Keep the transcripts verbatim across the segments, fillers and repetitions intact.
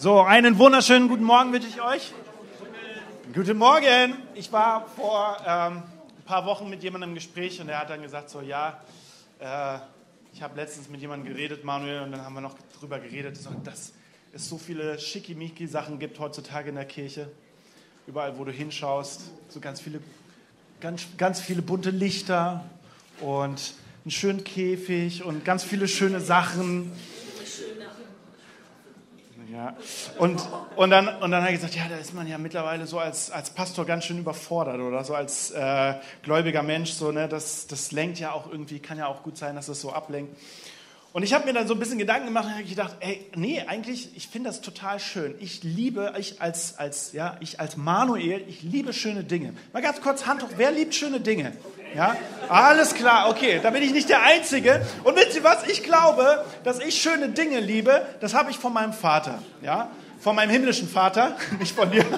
So, einen wunderschönen guten Morgen wünsche ich euch. Guten Morgen. Ich war vor ähm, ein paar Wochen mit jemandem im Gespräch und der hat dann gesagt, so ja, äh, ich habe letztens mit jemandem geredet, Manuel, und dann haben wir noch drüber geredet, so, dass es so viele Schickimicki-Sachen gibt heutzutage in der Kirche. Überall, wo du hinschaust, so ganz viele, ganz, ganz viele bunte Lichter und einen schönen Käfig und ganz viele schöne Sachen. Ja. Und, und, dann, und dann habe ich gesagt, ja, da ist man ja mittlerweile so als, als Pastor ganz schön überfordert oder so als äh, gläubiger Mensch. So, ne? das, das lenkt ja auch irgendwie, kann ja auch gut sein, dass das so ablenkt. Und ich habe mir dann so ein bisschen Gedanken gemacht und habe gedacht, ey, nee, eigentlich, ich finde das total schön. Ich liebe, ich als, als, ja, ich als Manuel, ich liebe schöne Dinge. Mal ganz kurz Hand hoch, wer liebt schöne Dinge? Ja, alles klar, okay, da bin ich nicht der Einzige. Und wisst ihr was, ich glaube, dass ich schöne Dinge liebe, das habe ich von meinem Vater, ja, von meinem himmlischen Vater, nicht von dir.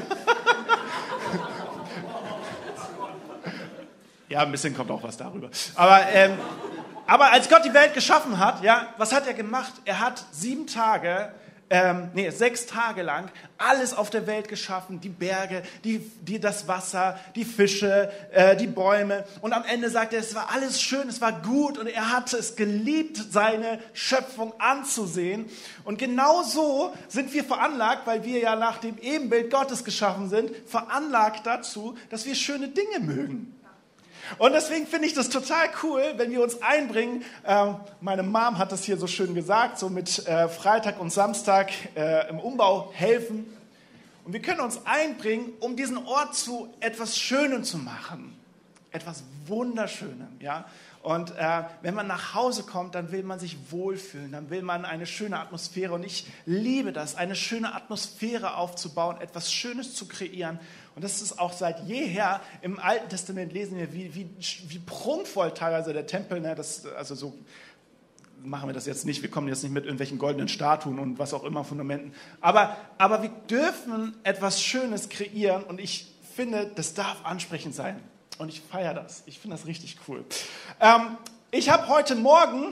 Ja, ein bisschen kommt auch was darüber. Aber, ähm, aber als Gott die Welt geschaffen hat, ja, was hat er gemacht? Er hat sieben Tage, ähm, nee, sechs Tage lang alles auf der Welt geschaffen, die Berge, die, die, das Wasser, die Fische, äh, die Bäume. Und am Ende sagt er, es war alles schön, es war gut und er hat es geliebt, seine Schöpfung anzusehen. Und genau so sind wir veranlagt, weil wir ja nach dem Ebenbild Gottes geschaffen sind, veranlagt dazu, dass wir schöne Dinge mögen. Und deswegen finde ich das total cool, wenn wir uns einbringen. Ähm, meine Mom hat das hier so schön gesagt, so mit äh, Freitag und Samstag äh, im Umbau helfen. Und wir können uns einbringen, um diesen Ort zu etwas Schönem zu machen. Etwas Wunderschönem, ja. Und äh, wenn man nach Hause kommt, dann will man sich wohlfühlen, dann will man eine schöne Atmosphäre. Und ich liebe das, eine schöne Atmosphäre aufzubauen, etwas Schönes zu kreieren. Und das ist auch seit jeher, im Alten Testament lesen wir, wie, wie, wie prunkvoll teilweise der Tempel, ne, das, also so machen wir das jetzt nicht, wir kommen jetzt nicht mit irgendwelchen goldenen Statuen und was auch immer, Fundamenten. Aber, aber wir dürfen etwas Schönes kreieren und ich finde, das darf ansprechend sein. Und ich feiere das. Ich finde das richtig cool. Ähm, ich habe heute Morgen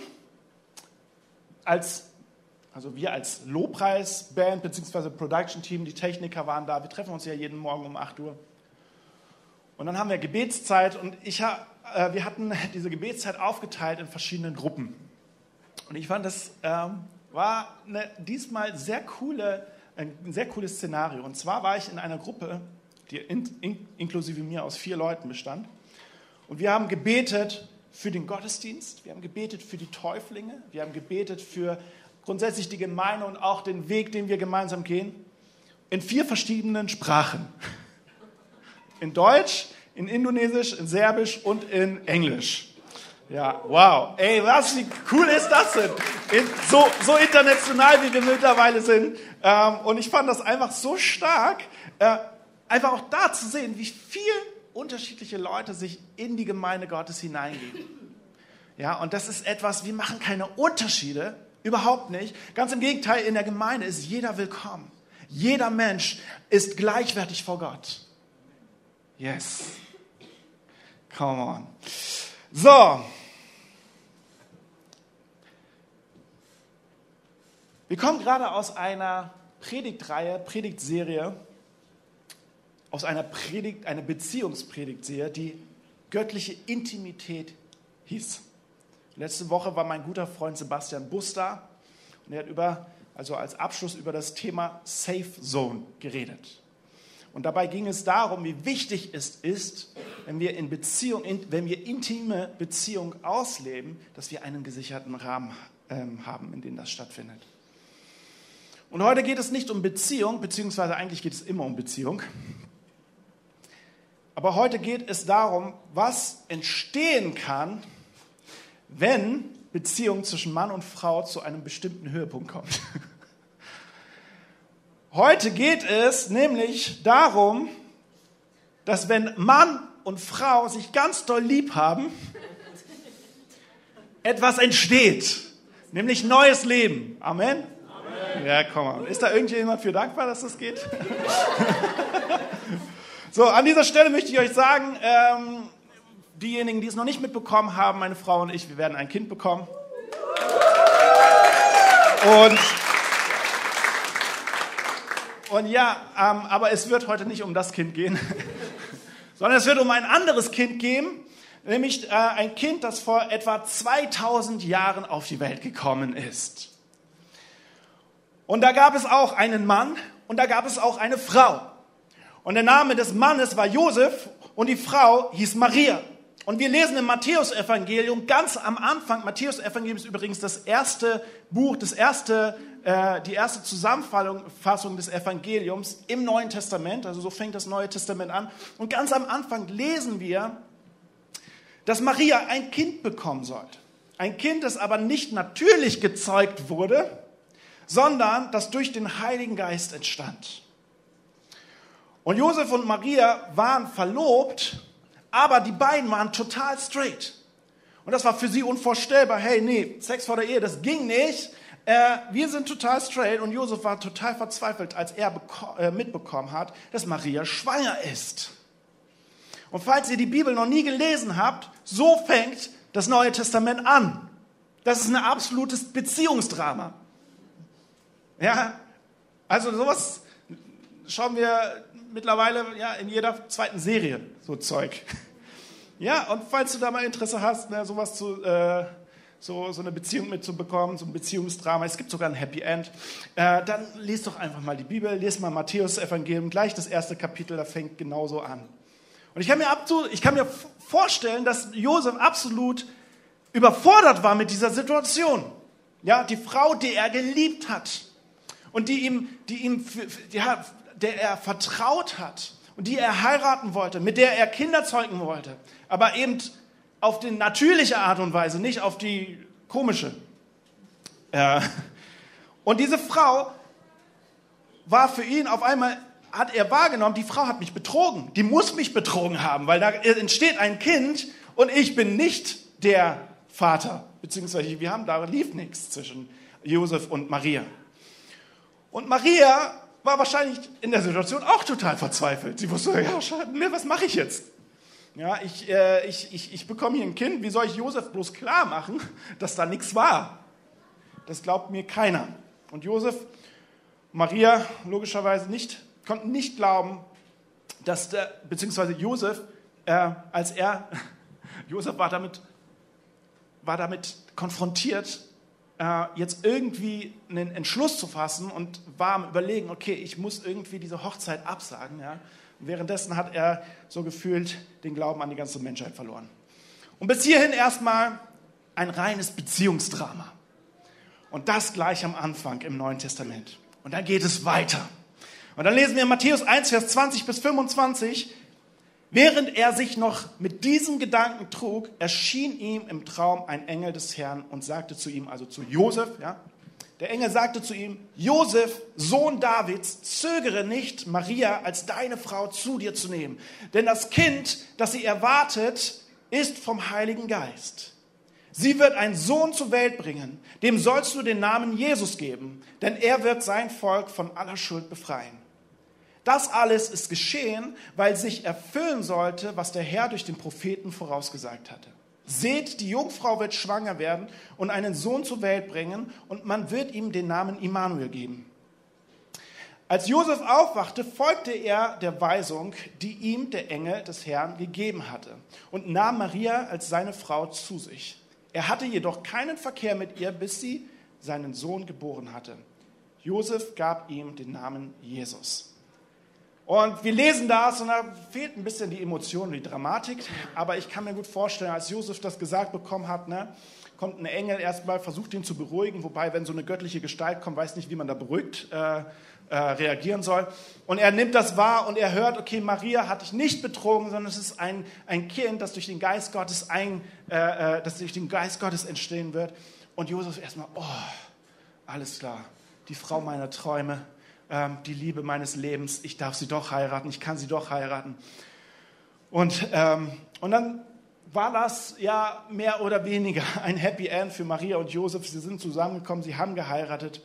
als, also wir als Lobpreisband bzw. Production-Team, die Techniker waren da. Wir treffen uns ja jeden Morgen um acht Uhr. Und dann haben wir Gebetszeit und ich hab, äh, wir hatten diese Gebetszeit aufgeteilt in verschiedenen Gruppen. Und ich fand, das ähm, war eine, diesmal sehr coole, ein sehr cooles Szenario. Und zwar war ich in einer Gruppe, die in, in, inklusive mir aus vier Leuten bestand. Und wir haben gebetet für den Gottesdienst, wir haben gebetet für die Täuflinge, wir haben gebetet für grundsätzlich die Gemeinde und auch den Weg, den wir gemeinsam gehen, in vier verschiedenen Sprachen. In Deutsch, in Indonesisch, in Serbisch und in Englisch. Ja, wow. Ey, was, wie cool ist das denn? In, so, so international, wie wir mittlerweile sind. Ähm, und ich fand das einfach so stark, äh, einfach auch da zu sehen, wie viel unterschiedliche Leute sich in die Gemeinde Gottes hineingeben. Ja, und das ist etwas, wir machen keine Unterschiede, überhaupt nicht. Ganz im Gegenteil, in der Gemeinde ist jeder willkommen. Jeder Mensch ist gleichwertig vor Gott. Yes. Come on. So. Wir kommen gerade aus einer Predigtreihe, Predigtserie, aus einer Predigt, einer Beziehungspredigtserie, die göttliche Intimität hieß. Letzte Woche war mein guter Freund Sebastian Bus da und er hat über, also als Abschluss über das Thema Safe Zone geredet. Und dabei ging es darum, wie wichtig es ist, wenn wir in Beziehung, wenn wir intime Beziehung ausleben, dass wir einen gesicherten Rahmen ähm, haben, in dem das stattfindet. Und heute geht es nicht um Beziehung, beziehungsweise eigentlich geht es immer um Beziehung. Aber heute geht es darum, was entstehen kann, wenn Beziehung zwischen Mann und Frau zu einem bestimmten Höhepunkt kommt. Heute geht es nämlich darum, dass wenn Mann und Frau sich ganz doll lieb haben, etwas entsteht, nämlich neues Leben. Amen? Amen. Ja, komm mal. Ist da irgendjemand für dankbar, dass das geht? So, an dieser Stelle möchte ich euch sagen, ähm, diejenigen, die es noch nicht mitbekommen haben, meine Frau und ich, wir werden ein Kind bekommen. Und Und ja, ähm, aber es wird heute nicht um das Kind gehen, sondern es wird um ein anderes Kind gehen, nämlich äh, ein Kind, das vor etwa zweitausend Jahren auf die Welt gekommen ist. Und da gab es auch einen Mann und da gab es auch eine Frau. Und der Name des Mannes war Josef und die Frau hieß Maria. Und wir lesen im Matthäusevangelium ganz am Anfang, Matthäusevangelium ist übrigens das erste Buch, das erste, äh, die erste Zusammenfassung des Evangeliums im Neuen Testament, also so fängt das Neue Testament an. Und ganz am Anfang lesen wir, dass Maria ein Kind bekommen sollte. Ein Kind, das aber nicht natürlich gezeugt wurde, sondern das durch den Heiligen Geist entstand. Und Josef und Maria waren verlobt, aber die beiden waren total straight. Und das war für sie unvorstellbar. Hey, nee, Sex vor der Ehe, das ging nicht. Äh, wir sind total straight. Und Josef war total verzweifelt, als er beko- äh, mitbekommen hat, dass Maria schwanger ist. Und falls ihr die Bibel noch nie gelesen habt, so fängt das Neue Testament an. Das ist ein absolutes Beziehungsdrama. Ja, also sowas schauen wir mittlerweile ja, in jeder zweiten Serie, so Zeug. Ja, und falls du da mal Interesse hast, ne, sowas zu, äh, so, so eine Beziehung mitzubekommen, so ein Beziehungsdrama, es gibt sogar ein Happy End, äh, dann lest doch einfach mal die Bibel, lest mal Matthäus-Evangelium, gleich das erste Kapitel, da fängt genauso an. Und ich kann mir, abzu- ich kann mir vorstellen, dass Josef absolut überfordert war mit dieser Situation. Ja, die Frau, die er geliebt hat und die ihm, die ihm, ja, der er vertraut hat und die er heiraten wollte, mit der er Kinder zeugen wollte, aber eben auf die natürliche Art und Weise, nicht auf die komische. Äh, und diese Frau war für ihn auf einmal, hat er wahrgenommen, die Frau hat mich betrogen, die muss mich betrogen haben, weil da entsteht ein Kind und ich bin nicht der Vater, beziehungsweise wir haben, da lief nichts zwischen Josef und Maria. Und Maria war wahrscheinlich in der Situation auch total verzweifelt. Sie wusste, ja, ne, was mache ich jetzt? Ja, ich, äh, ich, ich, ich bekomme hier ein Kind, wie soll ich Josef bloß klar machen, dass da nichts war? Das glaubt mir keiner. Und Josef, Maria logischerweise nicht, konnten nicht glauben, dass der, beziehungsweise Josef, äh, als er, Josef war damit, war damit konfrontiert, jetzt irgendwie einen Entschluss zu fassen und war am Überlegen, okay, ich muss irgendwie diese Hochzeit absagen. Ja? Und währenddessen hat er so gefühlt den Glauben an die ganze Menschheit verloren. Und bis hierhin erstmal ein reines Beziehungsdrama. Und das gleich am Anfang im Neuen Testament. Und dann geht es weiter. Und dann lesen wir in Matthäus eins, Vers zwanzig bis fünfundzwanzig, während er sich noch mit diesem Gedanken trug, erschien ihm im Traum ein Engel des Herrn und sagte zu ihm, also zu Josef, ja, der Engel sagte zu ihm, Josef, Sohn Davids, zögere nicht, Maria als deine Frau zu dir zu nehmen, denn das Kind, das sie erwartet, ist vom Heiligen Geist. Sie wird einen Sohn zur Welt bringen, dem sollst du den Namen Jesus geben, denn er wird sein Volk von aller Schuld befreien. Das alles ist geschehen, weil sich erfüllen sollte, was der Herr durch den Propheten vorausgesagt hatte. Seht, die Jungfrau wird schwanger werden und einen Sohn zur Welt bringen und man wird ihm den Namen Immanuel geben. Als Josef aufwachte, folgte er der Weisung, die ihm der Engel des Herrn gegeben hatte und nahm Maria als seine Frau zu sich. Er hatte jedoch keinen Verkehr mit ihr, bis sie seinen Sohn geboren hatte. Josef gab ihm den Namen Jesus. Und wir lesen das und da fehlt ein bisschen die Emotion, die Dramatik. Aber ich kann mir gut vorstellen, als Josef das gesagt bekommen hat, ne, kommt ein Engel erstmal, versucht ihn zu beruhigen. Wobei, wenn so eine göttliche Gestalt kommt, weiß nicht, wie man da beruhigt äh, äh, reagieren soll. Und er nimmt das wahr und er hört, okay, Maria hat dich nicht betrogen, sondern es ist ein, ein Kind, das durch den Geist Gottes ein, äh, äh, das durch den Geist Gottes entstehen wird. Und Josef erstmal, oh, alles klar, die Frau meiner Träume, die Liebe meines Lebens, ich darf sie doch heiraten, ich kann sie doch heiraten. Und, ähm, und dann war das ja mehr oder weniger ein Happy End für Maria und Josef. Sie sind zusammengekommen, sie haben geheiratet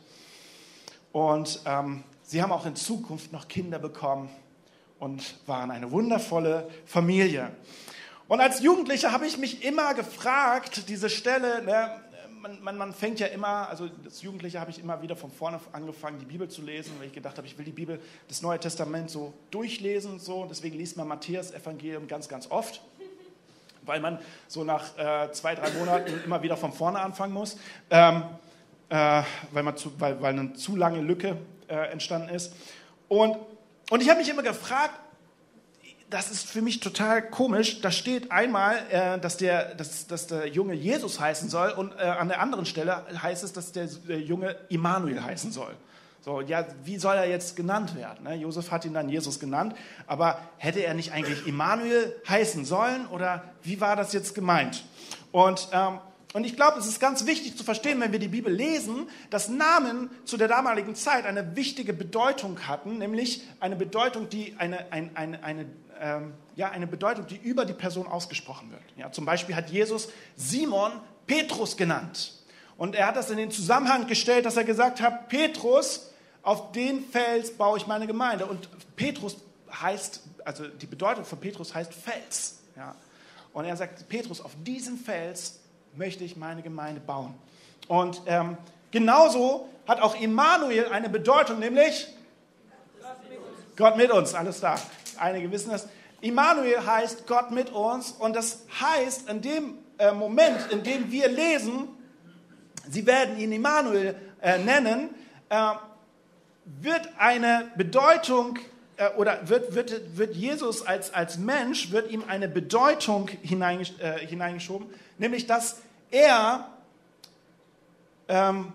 und ähm, sie haben auch in Zukunft noch Kinder bekommen und waren eine wundervolle Familie. Und als Jugendlicher habe ich mich immer gefragt, diese Stelle, ne, man, man, man fängt ja immer, also als Jugendlicher habe ich immer wieder von vorne angefangen, die Bibel zu lesen, weil ich gedacht habe, ich will die Bibel, das Neue Testament so durchlesen und so. Deswegen liest man Matthäus-Evangelium ganz, ganz oft, weil man so nach äh, zwei, drei Monaten immer wieder von vorne anfangen muss, ähm, äh, weil, man zu, weil, weil eine zu lange Lücke äh, entstanden ist. Und, und ich habe mich immer gefragt, das ist für mich total komisch. Da steht einmal, äh, dass, der, dass, dass der Junge Jesus heißen soll und äh, an der anderen Stelle heißt es, dass der, der Junge Immanuel heißen soll. So, ja, wie soll er jetzt genannt werden? Ne? Josef hat ihn dann Jesus genannt, aber hätte er nicht eigentlich Immanuel heißen sollen oder wie war das jetzt gemeint? Und ähm, Und ich glaube, es ist ganz wichtig zu verstehen, wenn wir die Bibel lesen, dass Namen zu der damaligen Zeit eine wichtige Bedeutung hatten, nämlich eine Bedeutung, die eine, eine, eine, eine, ähm, ja, eine Bedeutung, die über die Person ausgesprochen wird. Ja, zum Beispiel hat Jesus Simon Petrus genannt. Und er hat das in den Zusammenhang gestellt, dass er gesagt hat, Petrus, auf den Fels baue ich meine Gemeinde. Und Petrus heißt, also die Bedeutung von Petrus heißt Fels. Ja. Und er sagt, Petrus, auf diesen Fels möchte ich meine Gemeinde bauen. Und ähm, genauso hat auch Immanuel eine Bedeutung, nämlich Gott mit uns. Gott mit uns, alles da. Einige wissen das. Immanuel heißt Gott mit uns und das heißt, in dem äh, Moment, in dem wir lesen, sie werden ihn Immanuel äh, nennen, äh, wird eine Bedeutung äh, oder wird, wird, wird Jesus als, als Mensch, wird ihm eine Bedeutung hineingesch äh, hineingeschoben, nämlich, dass er ähm,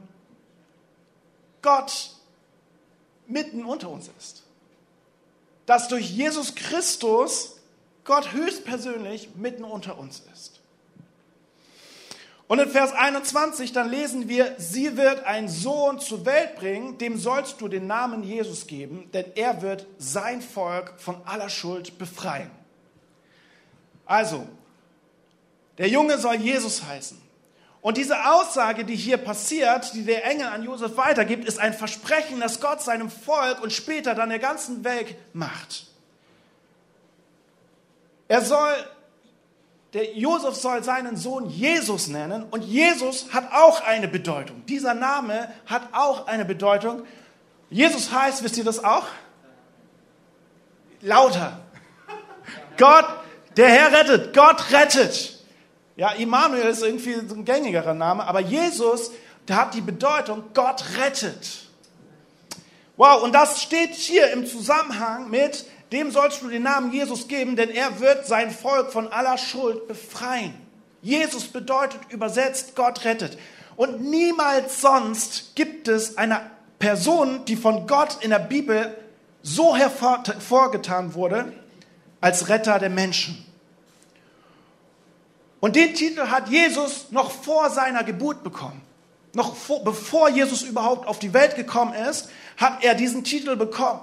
Gott mitten unter uns ist. Dass durch Jesus Christus Gott höchstpersönlich mitten unter uns ist. Und in Vers einundzwanzig, dann lesen wir, sie wird einen Sohn zur Welt bringen, dem sollst du den Namen Jesus geben, denn er wird sein Volk von aller Schuld befreien. Also, der Junge soll Jesus heißen. Und diese Aussage, die hier passiert, die der Engel an Josef weitergibt, ist ein Versprechen, das Gott seinem Volk und später dann der ganzen Welt macht. Er soll, der Josef soll seinen Sohn Jesus nennen und Jesus hat auch eine Bedeutung. Dieser Name hat auch eine Bedeutung. Jesus heißt, wisst ihr das auch? Lauter. Gott, der Herr rettet, Gott rettet. Ja, Immanuel ist irgendwie so ein gängigerer Name, aber Jesus, der hat die Bedeutung, Gott rettet. Wow, und das steht hier im Zusammenhang mit, dem sollst du den Namen Jesus geben, denn er wird sein Volk von aller Schuld befreien. Jesus bedeutet übersetzt, Gott rettet. Und niemals sonst gibt es eine Person, die von Gott in der Bibel so hervorgetan wurde, als Retter der Menschen. Und den Titel hat Jesus noch vor seiner Geburt bekommen. Noch vor, bevor Jesus überhaupt auf die Welt gekommen ist, hat er diesen Titel bekommen.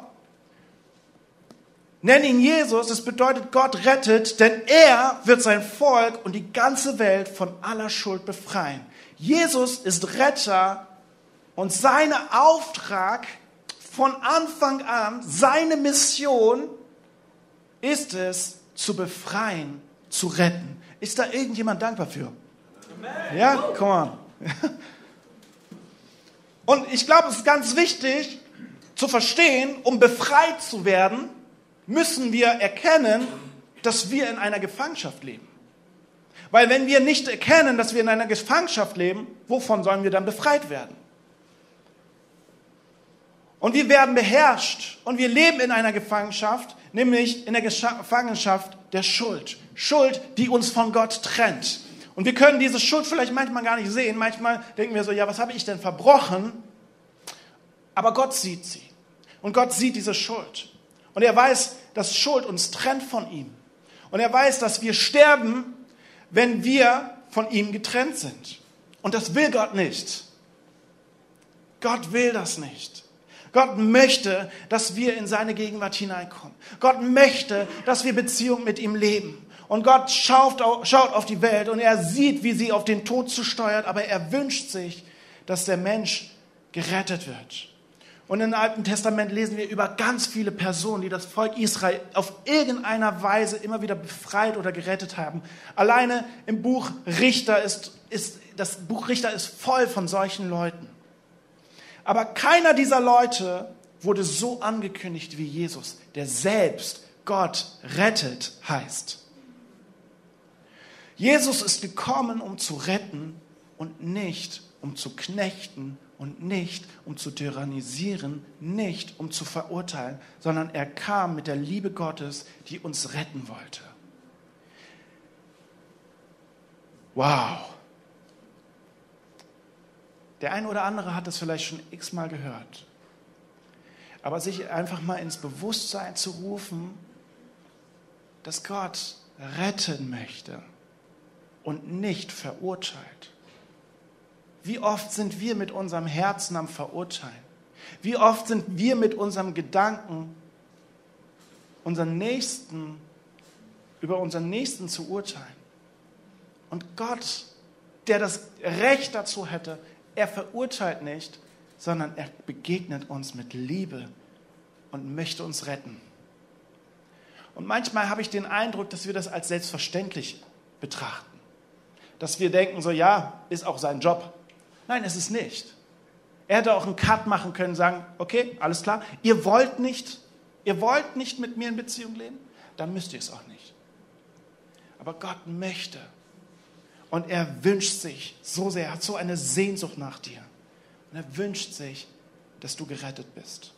Nenn ihn Jesus, es bedeutet Gott rettet, denn er wird sein Volk und die ganze Welt von aller Schuld befreien. Jesus ist Retter und sein Auftrag von Anfang an, seine Mission ist es, zu befreien, zu retten. Ist da irgendjemand dankbar für? Ja, come on. Und ich glaube, es ist ganz wichtig zu verstehen, um befreit zu werden, müssen wir erkennen, dass wir in einer Gefangenschaft leben. Weil wenn wir nicht erkennen, dass wir in einer Gefangenschaft leben, wovon sollen wir dann befreit werden? Und wir werden beherrscht und wir leben in einer Gefangenschaft, nämlich in der Gefangenschaft der Schuld. Schuld, die uns von Gott trennt. Und wir können diese Schuld vielleicht manchmal gar nicht sehen. Manchmal denken wir so, ja, was habe ich denn verbrochen? Aber Gott sieht sie. Und Gott sieht diese Schuld. Und er weiß, dass Schuld uns trennt von ihm. Und er weiß, dass wir sterben, wenn wir von ihm getrennt sind. Und das will Gott nicht. Gott will das nicht. Gott möchte, dass wir in seine Gegenwart hineinkommen. Gott möchte, dass wir Beziehung mit ihm leben. Und Gott schaut auf die Welt und er sieht, wie sie auf den Tod zusteuert, aber er wünscht sich, dass der Mensch gerettet wird. Und im Alten Testament lesen wir über ganz viele Personen, die das Volk Israel auf irgendeiner Weise immer wieder befreit oder gerettet haben. Alleine im Buch Richter ist, ist das Buch Richter ist voll von solchen Leuten. Aber keiner dieser Leute wurde so angekündigt wie Jesus, der selbst Gott rettet heißt. Jesus ist gekommen, um zu retten und nicht um zu knechten und nicht um zu tyrannisieren, nicht um zu verurteilen, sondern er kam mit der Liebe Gottes, die uns retten wollte. Wow! Der eine oder andere hat es vielleicht schon x-mal gehört. Aber sich einfach mal ins Bewusstsein zu rufen, dass Gott retten möchte und nicht verurteilt. Wie oft sind wir mit unserem Herzen am Verurteilen? Wie oft sind wir mit unserem Gedanken, unseren Nächsten, über unseren Nächsten zu urteilen? Und Gott, der das Recht dazu hätte, er verurteilt nicht, sondern er begegnet uns mit Liebe und möchte uns retten. Und manchmal habe ich den Eindruck, dass wir das als selbstverständlich betrachten. Dass wir denken, so ja, ist auch sein Job. Nein, es ist nicht. Er hätte auch einen Cut machen können, sagen, okay, alles klar, ihr wollt nicht, ihr wollt nicht mit mir in Beziehung leben, dann müsst ihr es auch nicht. Aber Gott möchte und er wünscht sich so sehr, er hat so eine Sehnsucht nach dir. Und er wünscht sich, dass du gerettet bist.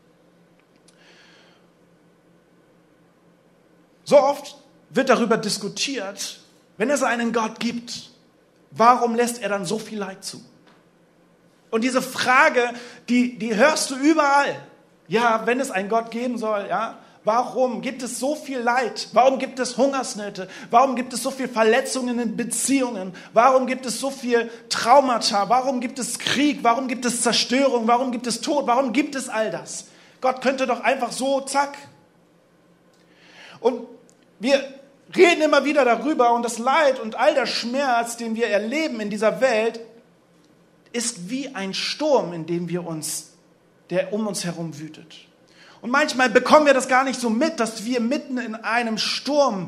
So oft wird darüber diskutiert, wenn es einen Gott gibt, warum lässt er dann so viel Leid zu? Und diese Frage, die, die hörst du überall. Ja, wenn es einen Gott geben soll, ja, warum gibt es so viel Leid? Warum gibt es Hungersnöte? Warum gibt es so viel Verletzungen in Beziehungen? Warum gibt es so viel Traumata? Warum gibt es Krieg? Warum gibt es Zerstörung? Warum gibt es Tod? Warum gibt es all das? Gott könnte doch einfach so, zack. Und wir reden immer wieder darüber und das Leid und all der Schmerz, den wir erleben in dieser Welt, ist wie ein Sturm, in dem wir uns, der um uns herum wütet. Und manchmal bekommen wir das gar nicht so mit, dass wir mitten in einem Sturm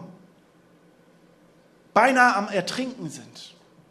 beinahe am Ertrinken sind.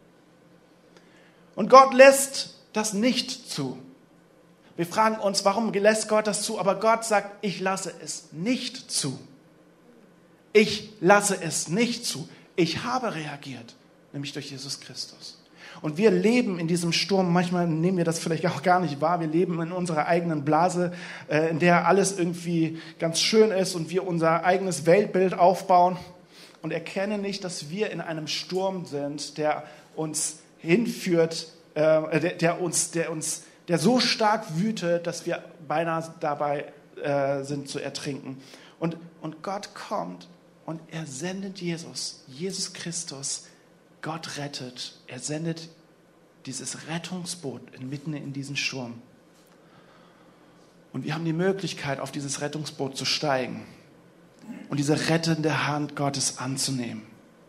Und Gott lässt das nicht zu. Wir fragen uns, warum lässt Gott das zu? Aber Gott sagt, ich lasse es nicht zu. Ich lasse es nicht zu. Ich habe reagiert, nämlich durch Jesus Christus. Und wir leben in diesem Sturm, manchmal nehmen wir das vielleicht auch gar nicht wahr, wir leben in unserer eigenen Blase, in der alles irgendwie ganz schön ist und wir unser eigenes Weltbild aufbauen und erkennen nicht, dass wir in einem Sturm sind, der uns hinführt, äh, der, der, uns, der, uns, der so stark wütet, dass wir beinahe dabei äh, sind zu ertrinken. Und, und Gott kommt und er sendet Jesus, Jesus Christus, Gott rettet. Er sendet dieses Rettungsboot mitten in diesen Sturm. Und wir haben die Möglichkeit, auf dieses Rettungsboot zu steigen und diese rettende Hand Gottes anzunehmen.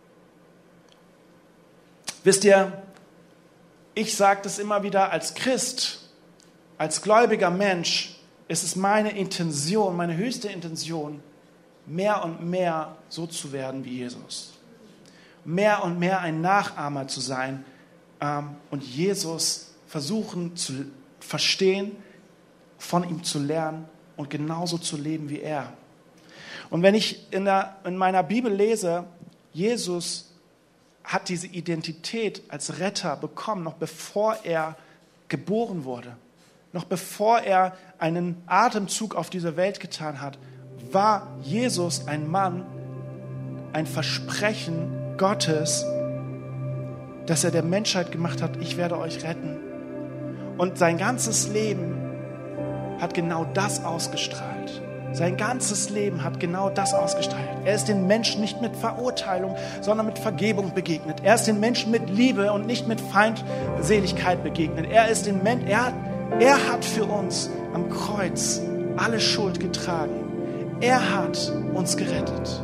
Wisst ihr, ich sage das immer wieder als Christ, als gläubiger Mensch, ist es meine Intention, meine höchste Intention, mehr und mehr so zu werden wie Jesus. Mehr und mehr ein Nachahmer zu sein ähm, und Jesus versuchen zu verstehen, von ihm zu lernen und genauso zu leben wie er. Und wenn ich in, der, in meiner Bibel lese, Jesus hat diese Identität als Retter bekommen, noch bevor er geboren wurde, noch bevor er einen Atemzug auf diese Welt getan hat, war Jesus ein Mann, ein Versprechen Gottes, dass er der Menschheit gemacht hat, ich werde euch retten. Und sein ganzes Leben hat genau das ausgestrahlt. Sein ganzes Leben hat genau das ausgestrahlt. Er ist den Menschen nicht mit Verurteilung, sondern mit Vergebung begegnet. Er ist den Menschen mit Liebe und nicht mit Feindseligkeit begegnet. Er ist den Men- er, er hat für uns am Kreuz alle Schuld getragen. Er hat uns gerettet.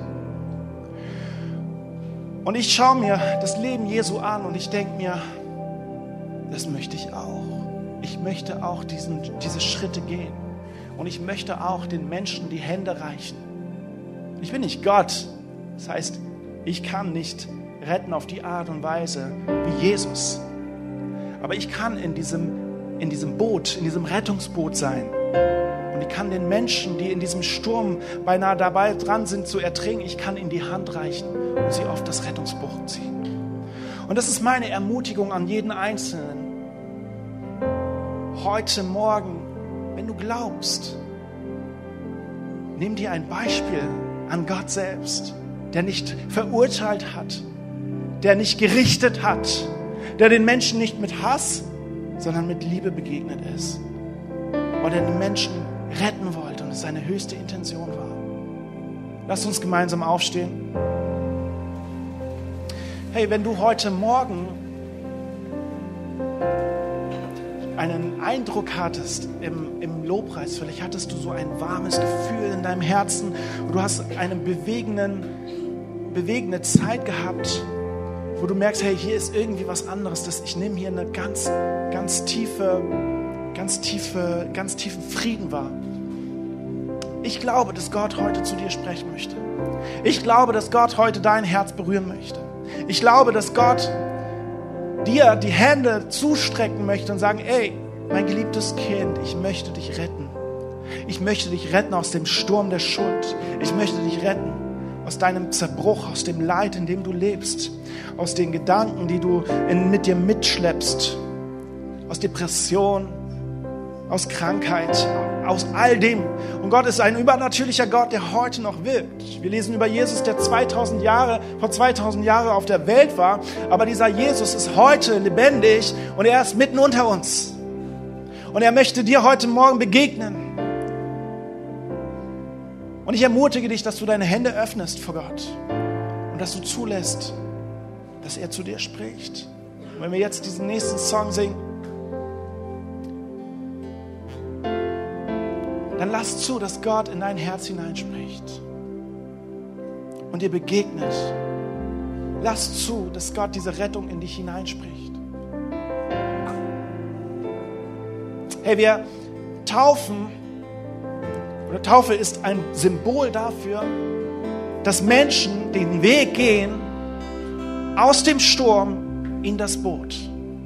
Und ich schaue mir das Leben Jesu an und ich denke mir, das möchte ich auch. ich möchte auch diesen, diese Schritte gehen. Und ich möchte auch den Menschen die Hände reichen. Ich bin nicht Gott. Das heißt, ich kann nicht retten auf die Art und Weise wie Jesus. Aber ich kann in diesem, in diesem Boot, in diesem Rettungsboot sein. Und ich kann den Menschen, die in diesem Sturm beinahe dabei dran sind zu ertrinken, ich kann ihnen die Hand reichen und sie auf das Rettungsboot ziehen. Und das ist meine Ermutigung an jeden Einzelnen. Heute Morgen, wenn du glaubst, nimm dir ein Beispiel an Gott selbst, der nicht verurteilt hat, der nicht gerichtet hat, der den Menschen nicht mit Hass, sondern mit Liebe begegnet ist. Oder den Menschen retten wollte und es seine höchste Intention war. Lass uns gemeinsam aufstehen. Hey, wenn du heute Morgen einen Eindruck hattest im, im Lobpreis, vielleicht hattest du so ein warmes Gefühl in deinem Herzen und du hast eine bewegenden, bewegende Zeit gehabt, wo du merkst, hey, hier ist irgendwie was anderes, dass ich nehme hier eine ganz, ganz tiefe, ganz tiefe, ganz tiefen Frieden wahr. Ich glaube, dass Gott heute zu dir sprechen möchte. Ich glaube, dass Gott heute dein Herz berühren möchte. Ich glaube, dass Gott dir die Hände zustrecken möchte und sagen, ey, mein geliebtes Kind, ich möchte dich retten. Ich möchte dich retten aus dem Sturm der Schuld. Ich möchte dich retten aus deinem Zerbruch, aus dem Leid, in dem du lebst, aus den Gedanken, die du in, mit dir mitschleppst, aus Depression, aus Krankheit, aus all dem. Und Gott ist ein übernatürlicher Gott, der heute noch wirkt. Wir lesen über Jesus, der zweitausend Jahre, vor zweitausend Jahren auf der Welt war, aber dieser Jesus ist heute lebendig und er ist mitten unter uns. Und er möchte dir heute Morgen begegnen. Und ich ermutige dich, dass du deine Hände öffnest vor Gott und dass du zulässt, dass er zu dir spricht. Und wenn wir jetzt diesen nächsten Song singen, dann lass zu, dass Gott in dein Herz hineinspricht und dir begegnet. Lass zu, dass Gott diese Rettung in dich hineinspricht. Hey, wir taufen, oder Taufe ist ein Symbol dafür, dass Menschen den Weg gehen aus dem Sturm in das Boot.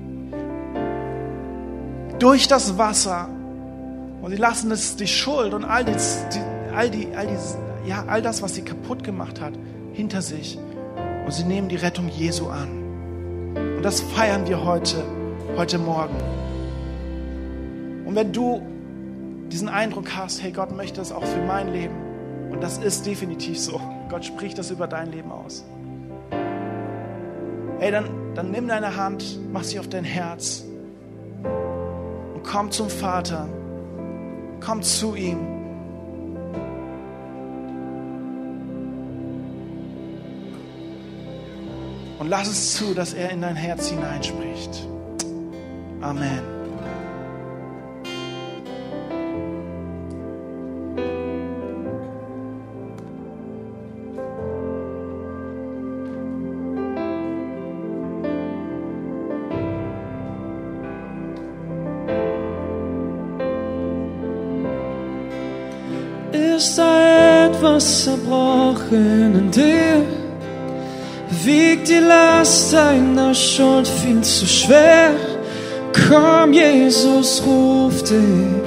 Durch das Wasser. Und sie lassen es, die Schuld und all, das, die, all, die, all, dieses, ja, all das, was sie kaputt gemacht hat, hinter sich. Und sie nehmen die Rettung Jesu an. Und das feiern wir heute, heute Morgen. Und wenn du diesen Eindruck hast, hey, Gott möchte das auch für mein Leben. Und das ist definitiv so. Gott spricht das über dein Leben aus. Hey, dann, dann nimm deine Hand, mach sie auf dein Herz und komm zum Vater. Komm zu ihm. Und lass es zu, dass er in dein Herz hineinspricht. Amen. Ist da etwas zerbrochen in dir? Wiegt die Last deiner Schuld viel zu schwer? Komm, Jesus ruft dich.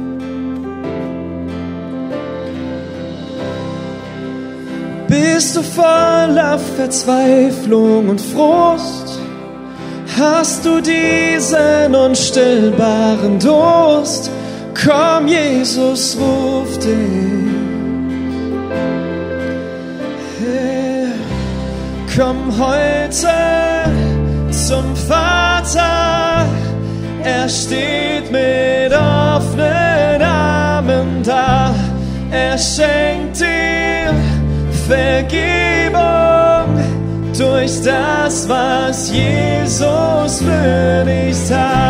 Bist du voller Verzweiflung und Frust? Hast du diesen unstillbaren Durst? Komm, Jesus ruft dich. Hey, komm heute zum Vater. Er steht mit offenen Armen da. Er schenkt dir Vergebung durch das, was Jesus für dich tat.